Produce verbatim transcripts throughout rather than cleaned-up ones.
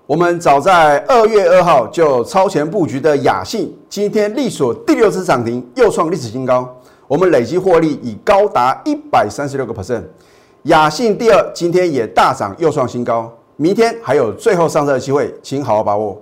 我们早在二月二号就超前布局的雅信，今天力所第六次涨停，又创历史新高。我们累计获利已高达一百三十六个 percent。雅信第二今天也大涨，又创新高。明天还有最后上车的机会，请好好把握。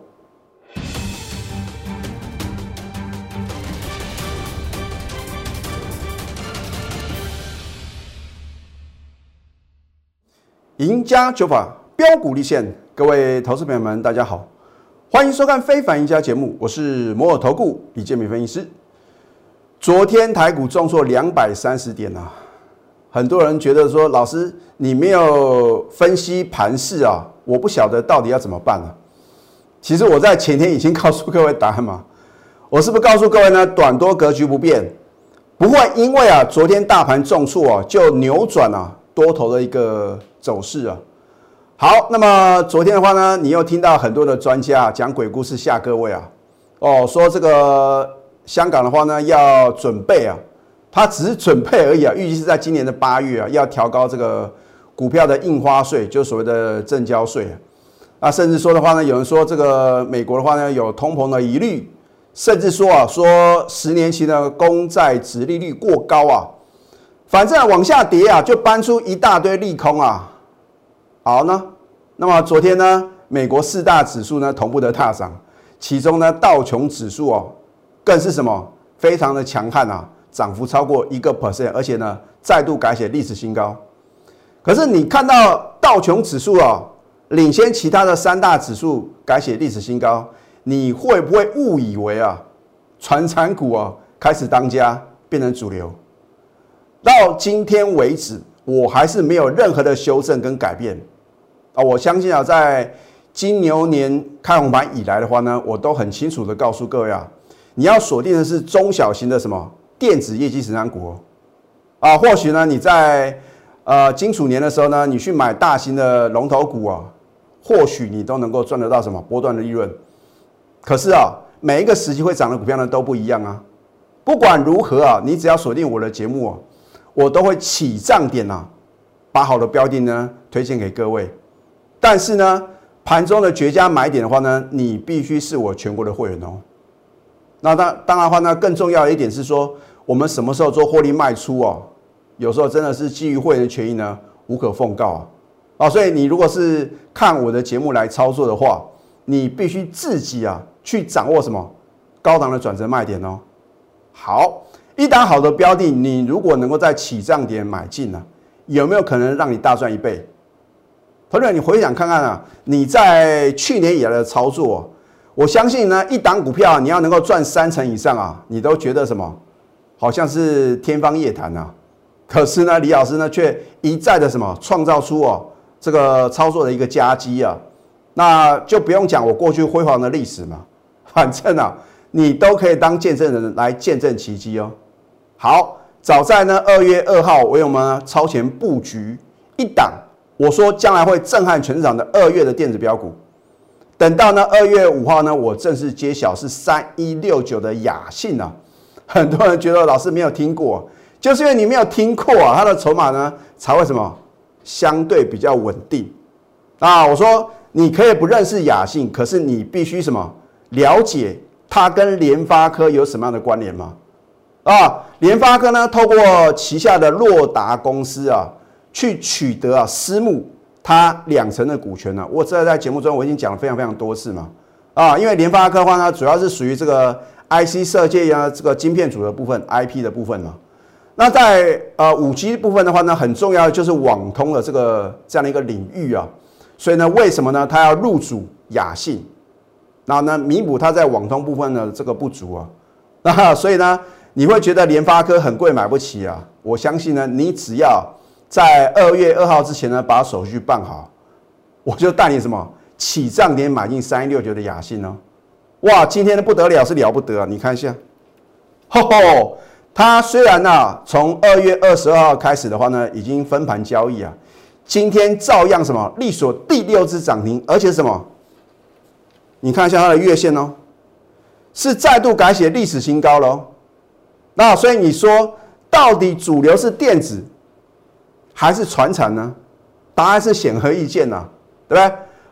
赢家九法标股立现，各位投资朋友们，大家好，欢迎收看《非凡赢家》节目，我是摩尔投顾李建民分析师。昨天台股重挫两百三十点啊，很多人觉得说，老师你没有分析盘势啊，我不晓得到底要怎么办啊。其实我在前天已经告诉各位答案嘛，我是不是告诉各位呢？短多格局不变，不会因为啊昨天大盘重挫啊就扭转啊多头的一个走势啊。好，那么昨天的话呢，你又听到很多的专家讲鬼故事吓各位啊，哦，说这个香港的话呢要准备啊，它只是准备而已啊，预计是在今年的八月啊要调高这个股票的印花税，就所谓的证交税啊。啊，甚至说的话呢，有人说这个美国的话呢有通膨的疑虑，甚至说啊说十年期的公债殖利率过高啊，反正、啊、往下跌啊，就搬出一大堆利空啊。好呢，那么昨天呢，美国四大指数呢同步的大涨，其中呢道琼指数哦，更是什么非常的强悍啊，涨幅超过一个 percent， 而且呢再度改写历史新高。可是你看到道琼指数啊，领先其他的三大指数改写历史新高，你会不会误以为啊，传产股啊开始当家，变成主流？到今天为止，我还是没有任何的修正跟改变。啊，我相信啊，在金牛年开红盘以来的话呢，我都很清楚的告诉各位啊，你要锁定的是中小型的什么电子业绩成长股哦。啊，或许呢你在呃金鼠年的时候呢，你去买大型的龙头股啊，或许你都能够赚得到什么波段的利润。可是啊，每一个时机会涨的股票呢都不一样啊。不管如何啊，你只要锁定我的节目啊，我都会起涨点啊，把好的标的呢推荐给各位。但是呢，盘中的绝佳买点的话呢，你必须是我全国的会员哦。那当当然的话呢，更重要的一点是说，我们什么时候做获利卖出哦？有时候真的是基于会员的权益呢，无可奉告啊。啊，所以你如果是看我的节目来操作的话，你必须自己啊去掌握什么高档的转折卖点哦。好，一档好的标的，你如果能够在起涨点买进呢、啊，有没有可能让你大赚一倍？同学们，你回想看看啊，你在去年以来的操作、啊，我相信呢，一档股票你要能够赚三成以上啊，你都觉得什么，好像是天方夜谭啊。可是呢，李老师呢却一再的什么创造出哦、啊、这个操作的一个佳绩啊，那就不用讲我过去辉煌的历史嘛，反正啊，你都可以当见证人来见证奇迹哦。好，早在呢二月二号，我有呢超前布局一档。我说将来会震撼全市场的二月的电子标股，等到呢二月五号呢，我正式揭晓是三一六九的雅信啊。很多人觉得老师没有听过，就是因为你没有听过啊，它的筹码呢才会什么相对比较稳定啊。我说你可以不认识雅信，可是你必须什么了解它跟联发科有什么样的关联吗？啊，联发科呢透过旗下的洛达公司啊。去取得啊私募它两成的股权呢、啊，我这在节目中我已经讲了非常非常多次嘛，啊，因为联发科的话呢，主要是属于这个 I C 设计啊，这个晶片组的部分 I P 的部分嘛。那在呃五 G 部分的话呢，很重要的就是网通的这个这样的一个领域啊，所以呢，为什么呢？它要入主雅信，然后呢弥补它在网通部分的这个不足啊，那所以呢，你会觉得联发科很贵买不起啊？我相信呢，你只要在二月二号之前呢，把手续办好，我就带你什么起涨点买进三一六九的雅信哦。哇，今天的不得了，是了不得啊！你看一下，吼吼，它虽然呢、啊、从二月二十二号开始的话呢，已经分盘交易啊，今天照样什么力所第六支涨停，而且什么，你看一下它的月线哦，是再度改写历史新高喽。那所以你说，到底主流是电子？还是传产呢？答案是显而易见呐、啊，对不对？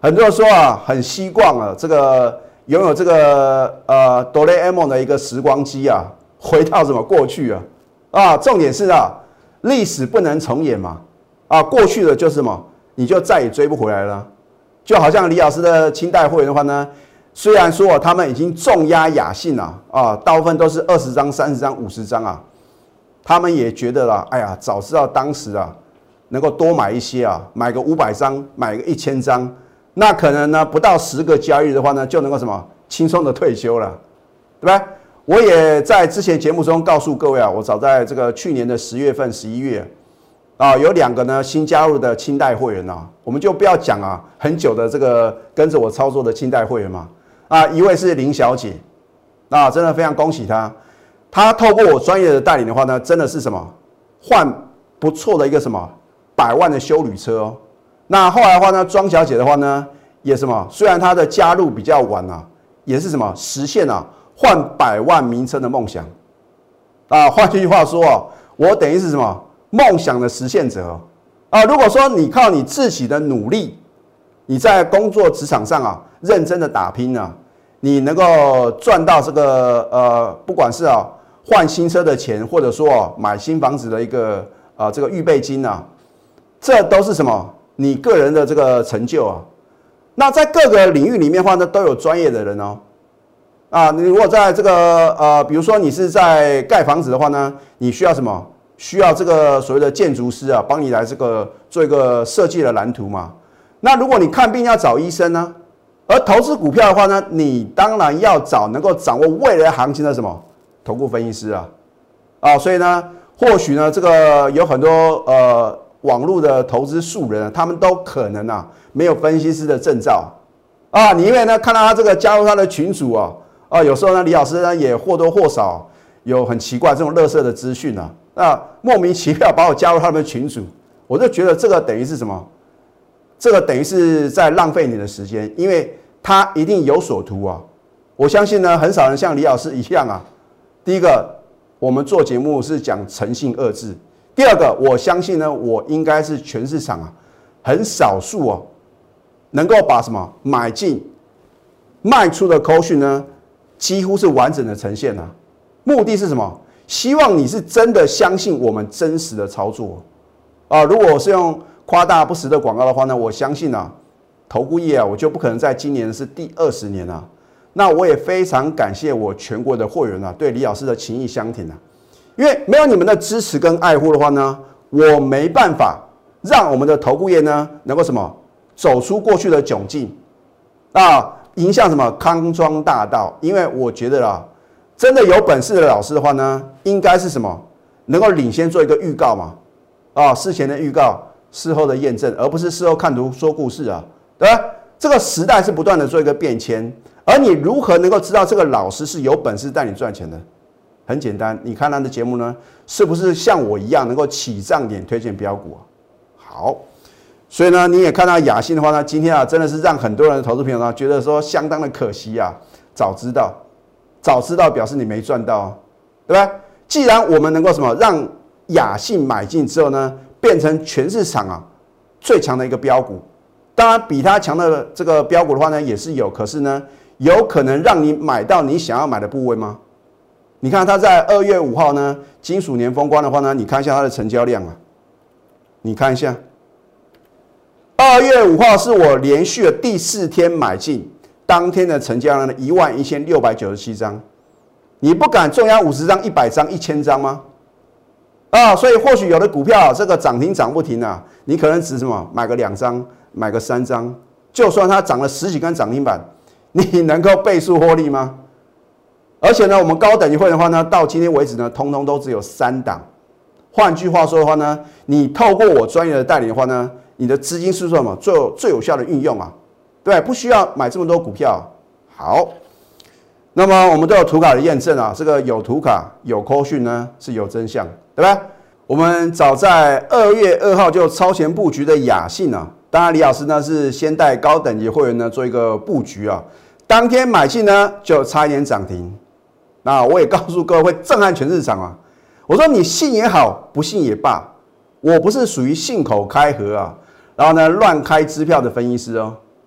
很多人说啊，很希望啊，这个拥有这个呃哆啦 A 梦的一个时光机啊，回到什么过去啊？啊，重点是啊，历史不能重演嘛。啊，过去的就是什么，你就再也追不回来了。就好像李老师的清代会员的话呢，虽然说他们已经重压雅信了啊，大部分都是二十张、三十张、五十张啊，他们也觉得啦，哎呀，早知道当时啊，能够多买一些啊，买个五百张，买个一千张，那可能呢不到十个交易日的话呢，就能够什么轻松的退休了，对吧？我也在之前节目中告诉各位啊，我早在这个去年的十月份、十一月啊，有两个呢新加入的清代会员啊，我们就不要讲啊很久的这个跟着我操作的清代会员嘛，啊，一位是林小姐，啊，真的非常恭喜她，她透过我专业的带领的话呢，真的是什么换不错的一个什么百万的休旅车哦。那后来的话呢，庄小姐的话呢，也什么，虽然她的加入比较晚啊，也是什么实现啊换百万名车的梦想啊。换句话说啊，我等于是什么梦想的实现者啊。如果说你靠你自己的努力，你在工作职场上啊认真的打拼啊，你能够赚到这个呃，不管是啊换新车的钱，或者说啊买新房子的一个啊、呃、这个预备金啊，这都是什么你个人的这个成就啊。那在各个领域里面的话呢，都有专业的人哦。啊，你如果在这个呃，比如说你是在盖房子的话呢，你需要什么？需要这个所谓的建筑师啊，帮你来这个做一个设计的蓝图嘛。那如果你看病要找医生呢，而投资股票的话呢，你当然要找能够掌握未来行情的什么投顾分析师啊。啊，所以呢，或许呢，这个有很多呃网络的投资素人啊，他们都可能啊没有分析师的证照啊。你因为呢看到他这个加入他的群组啊。啊，有时候呢，李老师呢也或多或少有很奇怪这种垃圾的资讯啊，那莫名其妙把我加入他们的群组，我就觉得这个等于是什么？这个等于是在浪费你的时间，因为他一定有所图啊。我相信呢，很少人像李老师一样啊。第一个，我们做节目是讲诚信二字；第二个，我相信呢，我应该是全市场啊很少数哦，能够把什么买进、卖出的扣讯呢。几乎是完整的呈现啊，目的是什么？希望你是真的相信我们真实的操作啊！如果我是用夸大不实的广告的话呢，我相信啊，投顾业啊，我就不可能在今年是第二十年啊。那我也非常感谢我全国的会员啊，对李老师的情义相挺啊，因为没有你们的支持跟爱护的话呢，我没办法让我们的投顾业呢能够什么走出过去的窘境啊。迎向什么康庄大道？因为我觉得啦，真的有本事的老师的话呢，应该是什么能够领先做一个预告嘛？啊，事前的预告，事后的验证，而不是事后看图说故事啊，对吧？这个时代是不断的做一个变迁，而你如何能够知道这个老师是有本事带你赚钱的？很简单，你看他的节目呢，是不是像我一样能够起涨点推荐标股啊？好。所以呢，你也看到雅信的话呢，今天啊，真的是让很多人的投资朋友呢，觉得说相当的可惜啊。早知道，早知道表示你没赚到啊，对吧？既然我们能够什么让雅信买进之后呢，变成全市场啊最强的一个标股，当然比它强的这个标股的话呢，也是有，可是呢，有可能让你买到你想要买的部位吗？你看它在二月五号呢，金属年封关的话呢，你看一下它的成交量啊，你看一下。二月五号是我连续的第四天买进，当天的成交量呢一万一千六百九十七张，你不敢重压五十张、一百张、一千张吗？啊，所以或许有的股票这个涨停涨不停啊，你可能只什么买个两张、买个三张，就算它涨了十几根涨停板，你能够倍数获利吗？而且呢，我们高等级会的话呢，到今天为止呢，通通都只有三档。换句话说的话呢，你透过我专业的带领的话呢。你的资金是什么最有最有效的运用啊？对，不需要买这么多股票。好，那么我们都有图卡的验证啊，这个有图卡有扣讯呢是有真相，对吧？我们早在二月二号就超前布局的雅信啊，当然李老师呢是先带高等级会员呢做一个布局啊，当天买进呢就差一点涨停。那我也告诉各位会震撼全市场啊，我说你信也好，不信也罢，我不是属于信口开河啊。然后呢，乱开支票的分析师哦，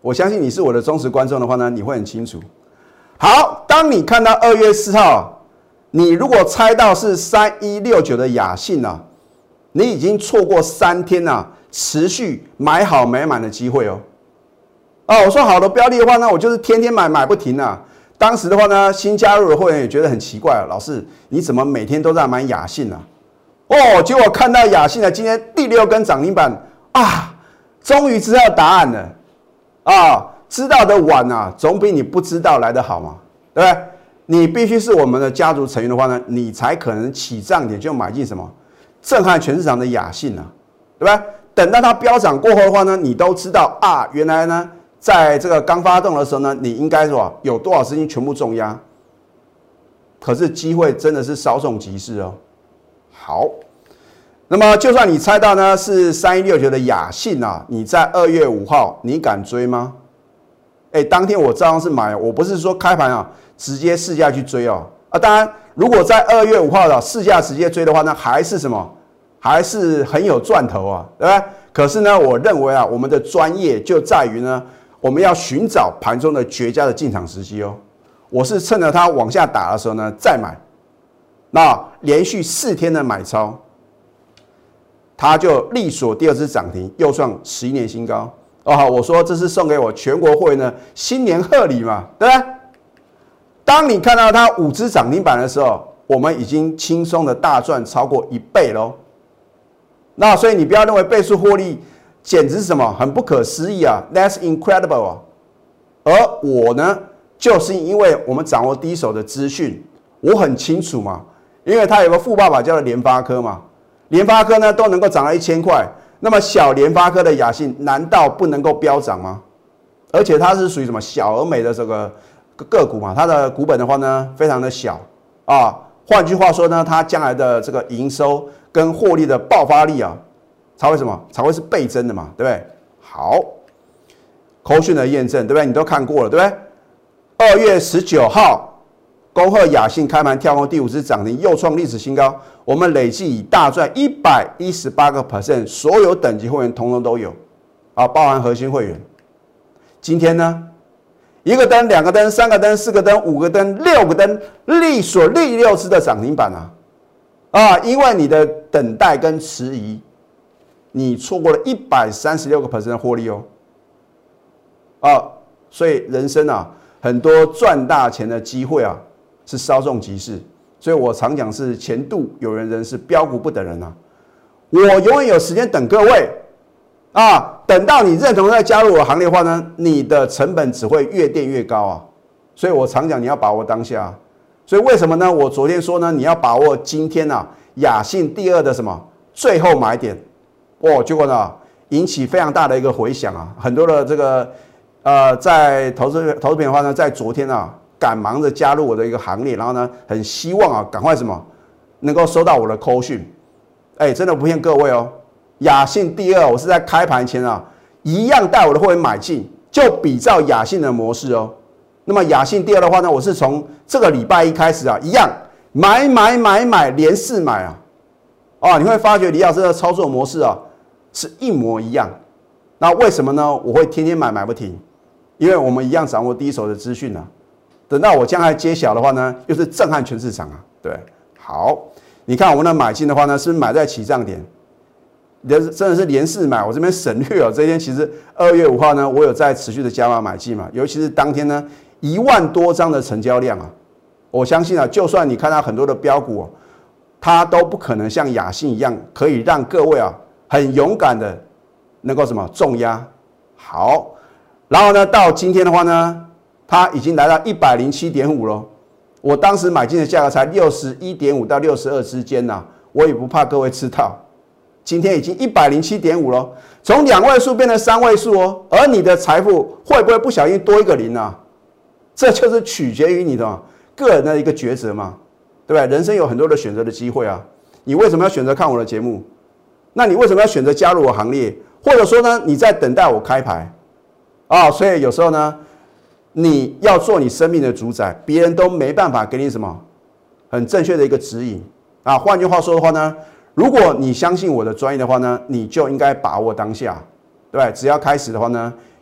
我相信你是我的忠实观众的话呢，你会很清楚。好，当你看到二月四号，你如果猜到是三一六九的雅信啊，你已经错过三天啊，持续买好买满的机会哦。啊，我说好的标的的话呢，我就是天天买，买不停啊。当时的话呢，新加入的会员也觉得很奇怪，老师你怎么每天都在买雅信啊？哦，结果看到雅信呢，今天第六根涨停板啊，终于知道答案了啊！知道的晚啊，总比你不知道来得好嘛，对不对？你必须是我们的家族成员的话呢，你才可能起涨点就买进什么震撼全市场的雅信啊，对不对？等到它飙涨过后的话呢，你都知道啊，原来呢。在这个刚发动的时候呢，你应该说有多少资金全部重压，可是机会真的是稍纵即逝哦。好，那么就算你猜到呢是三一六九的雅信啊，你在二月五号你敢追吗？哎，当天我照样是买，我不是说开盘啊直接市价去追哦啊。当然，如果在二月五号的市价直接追的话呢，还是什么？还是很有赚头啊，对不对？可是呢，我认为啊，我们的专业就在于呢。我们要寻找盘中的绝佳的进场时机哦。我是趁着它往下打的时候呢再买，那连续四天的买超，它就力锁第二支涨停，又创十一年新高哦。我说这是送给我全国会员的新年贺礼嘛，对不对？当你看到它五支涨停板的时候，我们已经轻松的大赚超过一倍喽。那所以你不要认为倍数获利。简直是什么很不可思议啊 ！That's incredible 啊！而我呢，就是因为我们掌握第一手的资讯，我很清楚嘛，因为它有个富爸爸叫做联发科嘛，联发科呢都能够涨到一千块，那么小联发科的雅信难道不能够飙涨吗？而且它是属于什么小而美的这个个股嘛，它的股本的话呢非常的小啊，换句话说呢，它将来的这个营收跟获利的爆发力啊。才会什么？才会是倍增的嘛，对不对？好，口讯的验证，对不对？你都看过了，对不对？二月十九号，恭贺雅信开盘跳空第五支涨停，又创历史新高。我们累计已大赚一百一十八个 percent， 所有等级会员通通都有啊，包含核心会员。今天呢，一个灯、两个灯、三个灯、四个灯、五个灯、六个灯，力所力六支的涨停板啊！啊，因为你的等待跟迟疑。你错过了一百三十六个 percent 的获利哦，啊，所以人生啊，很多赚大钱的机会啊，是稍纵即逝。所以我常讲是前度有人人是标股不等人啊。我永远有时间等各位啊，等到你认同再加入我行列的话呢，你的成本只会越垫越高啊。所以我常讲你要把握当下、啊。所以为什么呢？我昨天说呢，你要把握今天啊，雅信第二的什么最后买点。哦，结果呢，引起非常大的一个回响啊！很多的这个呃，在投资投资品的话呢，在昨天啊，赶忙的加入我的一个行列，然后呢，很希望啊，赶快什么能够收到我的扣讯。哎，真的不骗各位哦，雅信第二，我是在开盘前啊，一样带我的会员买进，就比照雅信的模式哦。那么雅信第二的话呢，我是从这个礼拜一开始啊，一样买买买买，连四买啊。哦，你会发觉李老师的操作模式啊是一模一样。那为什么呢？我会天天买买不停，因为我们一样掌握第一手的资讯啊。等到我将来揭晓的话呢，又是震撼全市场啊。对，好，你看我们的买进的话呢，是不是买在起涨点？真的是连四买，我这边省略了。这一天其实二月五号呢，我有在持续的加码买进嘛，尤其是当天呢一万多张的成交量啊，我相信啊，就算你看到很多的标股、哦，它都不可能像雅信一样，可以让各位啊很勇敢的能够什么重压。好，然后呢，到今天的话呢，它已经来到一百零七点五了。我当时买进的价格才六十一点五到六十二之间呐、啊，我也不怕各位知道。今天已经一百零七点五了，从两位数变成三位数哦。而你的财富会不会不小心多一个零啊？这就是取决于你的个人的一个抉择嘛，对不对？人生有很多的选择的机会啊。你为什么要选择看我的节目？那你为什么要选择加入我行列？或者说呢，你在等待我开牌啊？所以有时候呢，你要做你生命的主宰，别人都没办法给你什么很正确的一个指引啊。换句话说的话呢，如果你相信我的专业的话呢，你就应该把握当下，对不对？只要开始的话呢，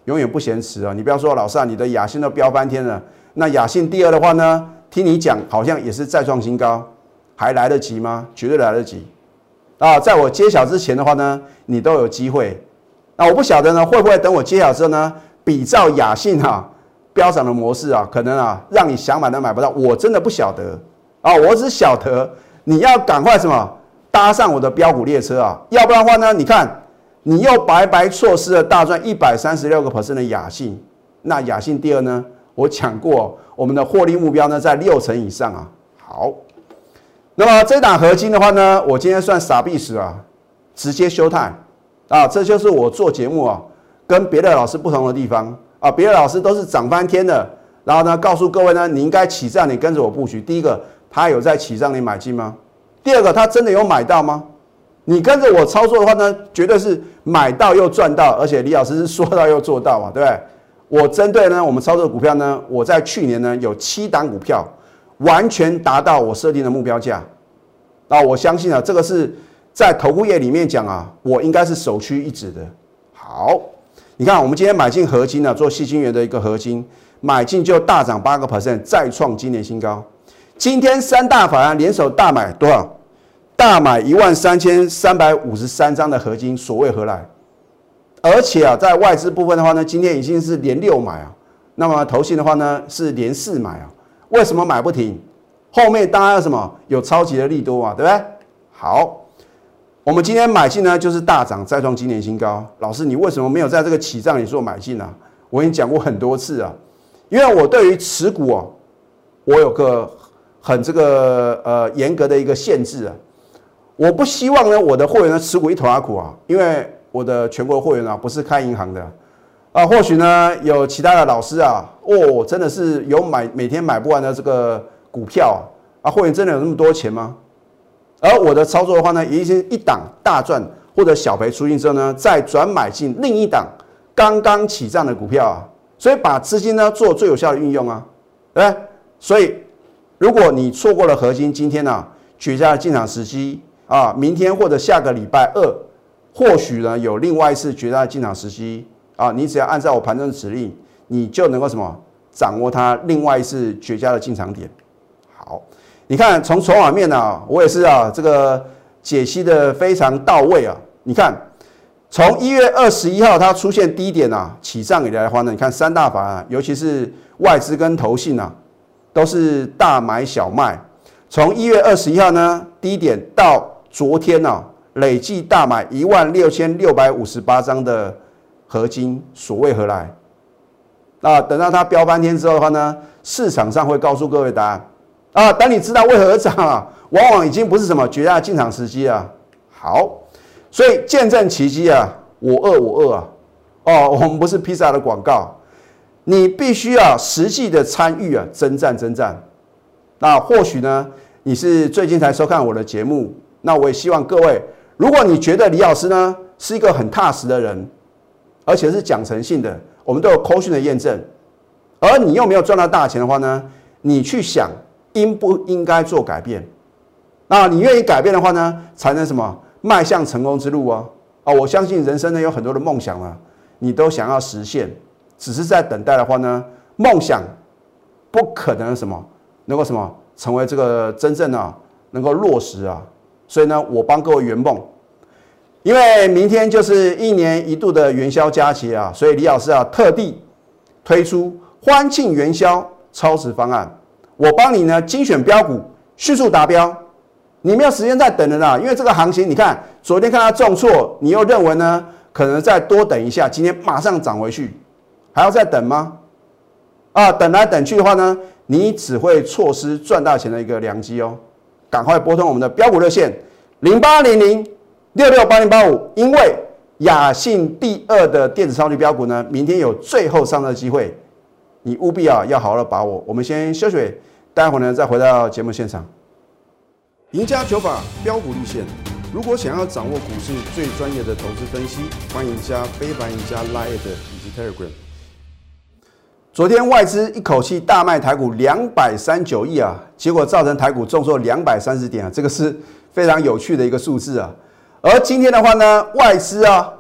永远不嫌迟啊！你不要说老师啊，你的雅信都飙翻天了，那雅信第二的话呢，听你讲好像也是再创新高，还来得及吗？绝对来得及啊！在我揭晓之前的话呢，你都有机会。那我不晓得呢，会不会等我揭晓之后呢，比照雅信啊飙涨的模式啊，可能啊让你想买都买不到，我真的不晓得啊！我只晓得你要赶快什么搭上我的标股列车啊，要不然的话呢，你看。你又白白错失了大赚一百三十六个 percent 的雅信，那雅信第二呢？我讲过，我们的获利目标呢在六成以上啊。好，那么这档合金的话呢，我今天算傻逼死啊，直接休态啊，这就是我做节目啊跟别的老师不同的地方啊。别的老师都是涨翻天的，然后呢告诉各位呢，你应该起涨，你跟着我布局。第一个，他有在起涨，你买进吗？第二个，他真的有买到吗？你跟着我操作的话呢，绝对是买到又赚到，而且李老师是说到又做到嘛，对不对？我针对呢我们操作的股票呢，我在去年呢有七档股票完全达到我设定的目标价，那我相信啊，这个是在投顾业里面讲啊，我应该是首屈一指的。好，你看我们今天买进合金啊，做矽晶圆的一个合金，买进就大涨八个 percent， 再创今年新高。今天三大法人联手大买多少？大买一万三千三百五十三张的合金，所谓何来？而且啊，在外资部分的话呢，今天已经是连六买啊，那么投信的话呢是连四买啊。为什么买不停？后面当然有什么有超级的利多啊，对不对？好，我们今天买进呢就是大涨，再创今年新高。老师，你为什么没有在这个起涨里做买进啊？我已经讲过很多次啊，因为我对于持股啊，我有个很这个呃严格的一个限制啊。我不希望呢，我的会员呢持股一头阿股啊，因为我的全国会员啊不是开银行的啊，或许呢有其他的老师啊，哦，真的是有买每天买不完的这个股票啊，啊会员真的有那么多钱吗？而我的操作的话呢，已经一档大赚或者小赔出现之后呢，再转买进另一档刚刚起涨的股票啊，所以把资金呢做最有效的运用啊，对不对？所以如果你错过了合金，今天啊绝佳的进场时机。啊，明天或者下个礼拜二，或许呢有另外一次绝佳的进场时机啊，你只要按照我盘中的指令，你就能够什么掌握它另外一次绝佳的进场点。好，你看从筹码面啊，我也是啊，这个解析的非常到位啊。你看，从一月二十一号它出现低点啊起涨以来的话呢，你看三大法啊，尤其是外资跟投信啊，都是大买小卖。从一月二十一号呢低点到昨天呢、啊，累计大买一万六千六百五十八张的合金，所谓何来？那等到它飙翻天之后的话呢，市场上会告诉各位答案啊。等你知道为何而涨啊，往往已经不是什么绝佳的进场时机啊。好，所以见证奇迹啊，我饿我饿啊。哦，我们不是披萨的广告，你必须要实际的参与啊，征战征战。那或许呢，你是最近才收看我的节目。那我也希望各位，如果你觉得李老师呢是一个很踏实的人，而且是讲诚信的，我们都有扣讯的验证，而你又没有赚到大钱的话呢，你去想应不应该做改变？那你愿意改变的话呢，才能什么迈向成功之路哦。啊，我相信人生呢有很多的梦想啊，你都想要实现，只是在等待的话呢，梦想不可能什么能够什么成为这个真正啊能够落实啊。所以呢，我帮各位圆梦，因为明天就是一年一度的元宵佳节啊，所以李老师啊特地推出欢庆元宵超值方案，我帮你呢精选标股，迅速达标，你没有时间再等了啦，因为这个行情你看昨天看它重挫，你又认为呢可能再多等一下，今天马上涨回去，还要再等吗？啊，等来等去的话呢，你只会错失赚大钱的一个良机哦。赶快拨通我们的标股热线零八零零六六八零八五，因为雅信第二的电子超级标股呢，明天有最后上车的机会，你务必啊要好好的把握。我们先休息，待会呢再回到节目现场。赢家九法标股立线，如果想要掌握股市最专业的投资分析，欢迎加非凡赢家 Line 以及 Telegram。昨天外资一口气大卖台股两百三十九亿啊，结果造成台股重挫两百三十点啊，这个是非常有趣的一个数字啊。而今天的话呢，外资啊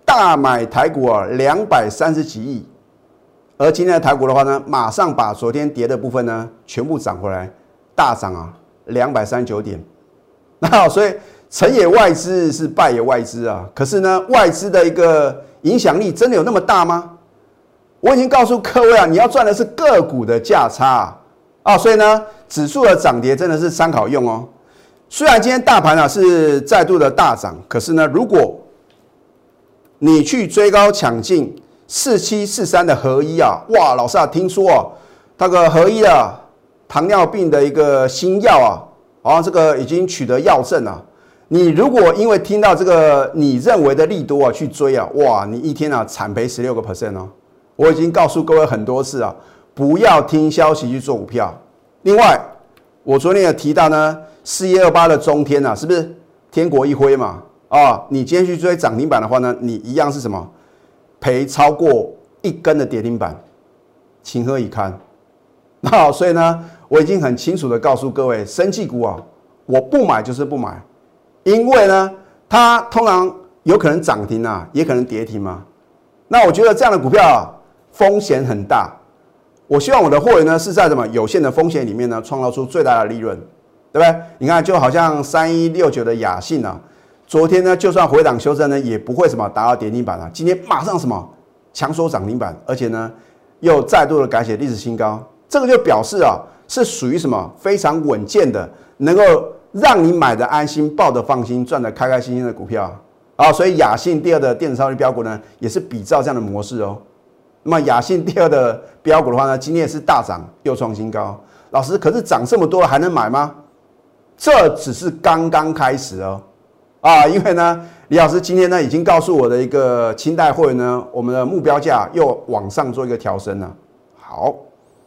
大买台股啊两百三十几亿，而今天的台股的话呢，马上把昨天跌的部分呢全部涨回来，大涨啊两百三十九点。那所以成也外资是败也外资啊，可是呢外资的一个影响力真的有那么大吗？我已经告诉各位啊，你要赚的是个股的价差啊，啊所以呢指数的涨跌真的是参考用哦。虽然今天大盘啊是再度的大涨，可是呢如果你去追高抢进四七四三的合一啊，哇，老师啊，听说啊，那个合一啊，糖尿病的一个新药啊，啊，这个已经取得药证啊。你如果因为听到这个你认为的利多啊去追啊，哇，你一天啊惨赔十六个 percent 哦。我已经告诉各位很多次啊，不要听消息去做股票。另外，我昨天也提到呢，四一二八的中天啊，是不是天国一辉嘛？啊，你今天去追涨停板的话呢，你一样是什么？赔超过一根的跌停板，情何以堪？那所以呢，我已经很清楚的告诉各位，生技股啊，我不买就是不买，因为呢，它通常有可能涨停啊，也可能跌停嘛。那我觉得这样的股票啊，风险很大。我希望我的会员呢是在什么有限的风险里面呢，创造出最大的利润，对不对？你看，就好像三一六九的雅信啊，昨天呢就算回档修正呢，也不会什么达到跌停板啊。今天马上什么强收涨停板，而且呢又再度的改写历史新高，这个就表示啊是属于什么非常稳健的，能够让你买的安心、抱的放心、赚的开开心心的股票啊。所以雅信第二的电子超级标股呢，也是比照这样的模式哦。那么雅信第二的标股的话呢，今天也是大涨，又创新高。老师，可是涨这么多了还能买吗？这只是刚刚开始哦。啊，因为呢，李老师今天呢已经告诉我的一个清代会员呢，我们的目标价又往上做一个调升了。好，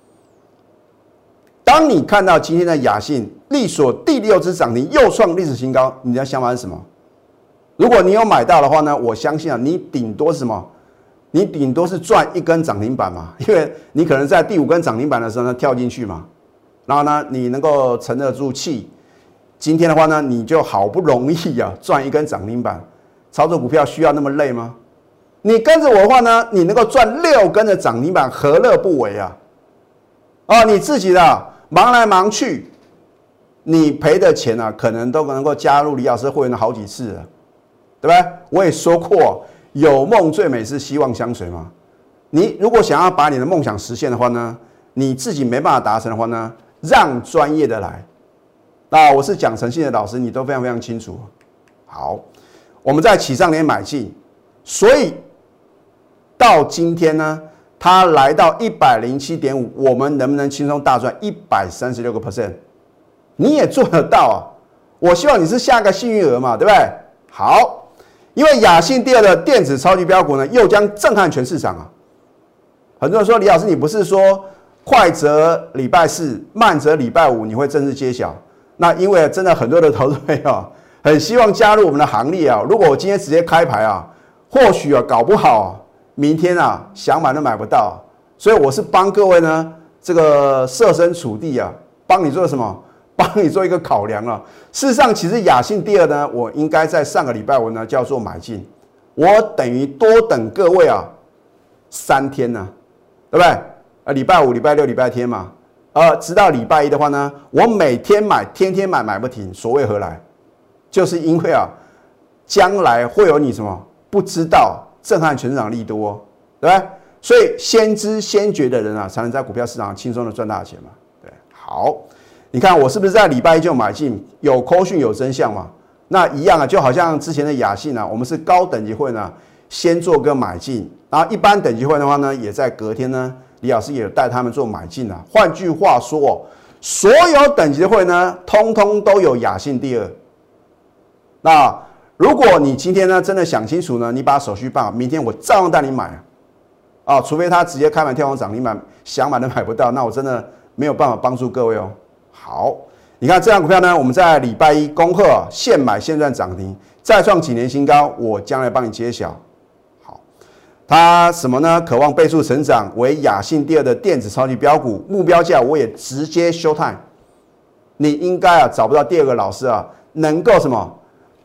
当你看到今天的雅信力所第六支涨停又创历史新高，你的想法是什么？如果你有买到的话呢，我相信啊，你顶多是什么？你顶多是赚一根涨停板嘛，因为你可能在第五根涨停板的时候呢跳进去嘛，然后呢你能够沉得住气。今天的话呢，你就好不容易啊赚一根涨停板，操作股票需要那么累吗？你跟着我的话呢，你能够赚六根的涨停板，何乐不为啊？哦，你自己的忙来忙去，你赔的钱啊，可能都能够加入李老师会员的好几次了，对不对？我也说过，有梦最美是希望相随嘛。你如果想要把你的梦想实现的话呢，你自己没办法达成的话呢，让专业的来。那我是讲诚信的老师，你都非常非常清楚。好，我们在起涨点买进，所以到今天呢，它来到一百零七点五，我们能不能轻松大赚一百三十六个 percent？ 你也做得到啊！我希望你是下个幸运儿嘛，对不对？好，因为雅信第二的电子超级标股呢，又将震撼全市场啊！很多人说，李老师，你不是说快则礼拜四，慢则礼拜五你会正式揭晓？那因为真的很多的投资朋友很希望加入我们的行列啊！如果我今天直接开牌啊，或许啊搞不好、啊、明天啊想买都买不到，所以我是帮各位呢这个设身处地啊，帮你做什么？帮你做一个考量啊。事实上，其实雅信第二呢，我应该在上个礼拜五呢叫做买进，我等于多等各位啊三天呢、啊，对不对？啊，礼拜五、礼拜六、礼拜天嘛。呃，直到礼拜一的话呢，我每天买，天天买，买不停。所谓何来？就是因为啊，将来会有你什么不知道震撼全市场利多，对不对？所以先知先觉的人啊，才能在股票市场轻松的赚大钱嘛。对，好，你看我是不是在礼拜一就买进？有扣讯有真相嘛？那一样啊，就好像之前的雅信啊，我们是高等级会呢，先做个买进，然后一般等级会的话呢，也在隔天呢。李老师也有带他们做买进啊。换句话说，所有等级的会呢，通通都有雅信第二。那如果你今天呢真的想清楚呢，你把手续办好，明天我照样带你买啊。除非他直接开盘跳空涨停板，想买都买不到，那我真的没有办法帮助各位哦。好，你看这张股票呢，我们在礼拜一恭贺、啊、现买现赚涨停，再创几年新高，我将来帮你揭晓。它什么呢？渴望倍数成长，为雅信第二的电子超级标股，目标价我也直接 show time。你应该啊找不到第二个老师啊，能够什么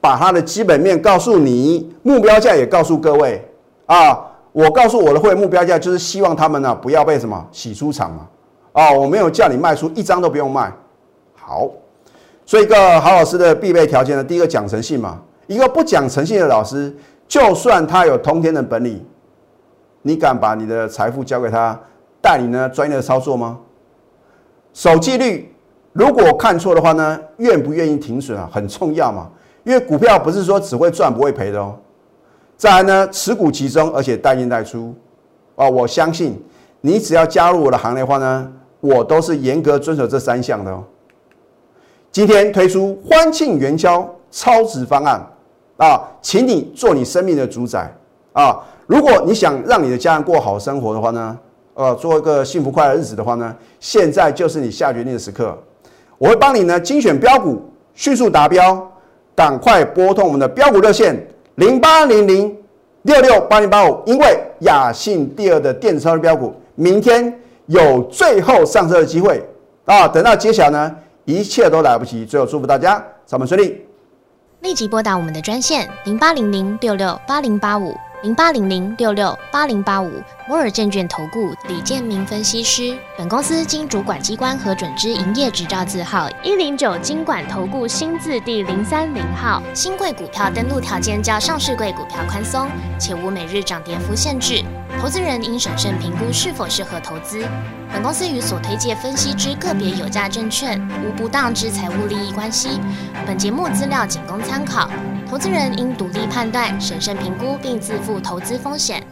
把它的基本面告诉你，目标价也告诉各位啊。我告诉我的会员目标价就是希望他们呢不要被什么洗出场嘛。啊，我没有叫你卖出一张都不用卖。好，所以一个好老师的必备条件呢，第一个讲诚信嘛。一个不讲诚信的老师，就算他有通天的本领，你敢把你的财富交给他带领呢专业的操作吗？守纪律，如果看错的话呢，愿不愿意停损啊，很重要嘛。因为股票不是说只会赚不会赔的哦。再来呢，持股集中，而且带进带出啊，我相信你只要加入我的行列的话呢，我都是严格遵守这三项的哦。今天推出欢庆元宵超值方案啊，请你做你生命的主宰啊！如果你想让你的家人过好生活的话呢，呃，做一个幸福快乐日子的话呢，现在就是你下决定的时刻。我会帮你呢精选标股，迅速达标，赶快拨通我们的标股热线零八零零六六八零八五，因为雅信第二的电子超级标股，明天有最后上车的机会啊！等到揭晓呢，一切都来不及。最后祝福大家上班顺利。 立即拨打我们的专线零八零零六六八零八五零八零零六六八零八五摩尔证券投顾李建明分析师。本公司经主管机关核准之营业执照字号一零九金管投顾新字第零三零号。新贵股票登录条件较上市贵股票宽松，且无每日涨跌幅限制。投资人应审慎评估是否适合投资。本公司与所推介分析之个别有价证券无不当之财务利益关系。本节目资料仅供参考，投资人应独立判断、审慎评估并自负投资风险。